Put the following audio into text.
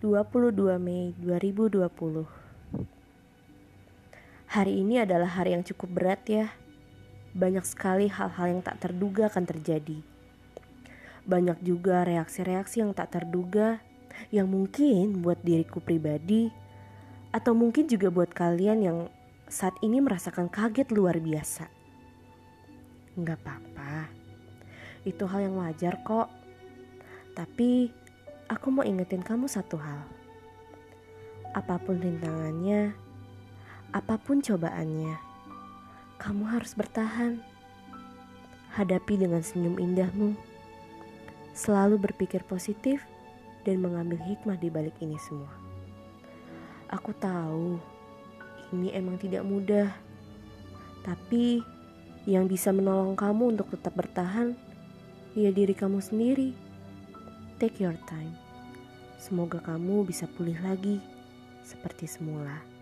22 Mei 2020. Hari ini adalah hari yang cukup berat ya. Banyak sekali hal-hal yang tak terduga akan terjadi. Banyak juga reaksi-reaksi yang tak terduga yang mungkin buat diriku pribadi atau mungkin juga buat kalian yang saat ini merasakan kaget luar biasa. Nggak apa-apa, itu hal yang wajar kok. Tapi aku mau ingetin kamu satu hal. Apapun rintangannya, apapun cobaannya, kamu harus bertahan. Hadapi dengan senyum indahmu. Selalu berpikir positif dan mengambil hikmah di balik ini semua. Aku tahu ini emang tidak mudah. Tapi yang bisa menolong kamu untuk tetap bertahan, ya diri kamu sendiri. Take your time. Semoga kamu bisa pulih lagi seperti semula.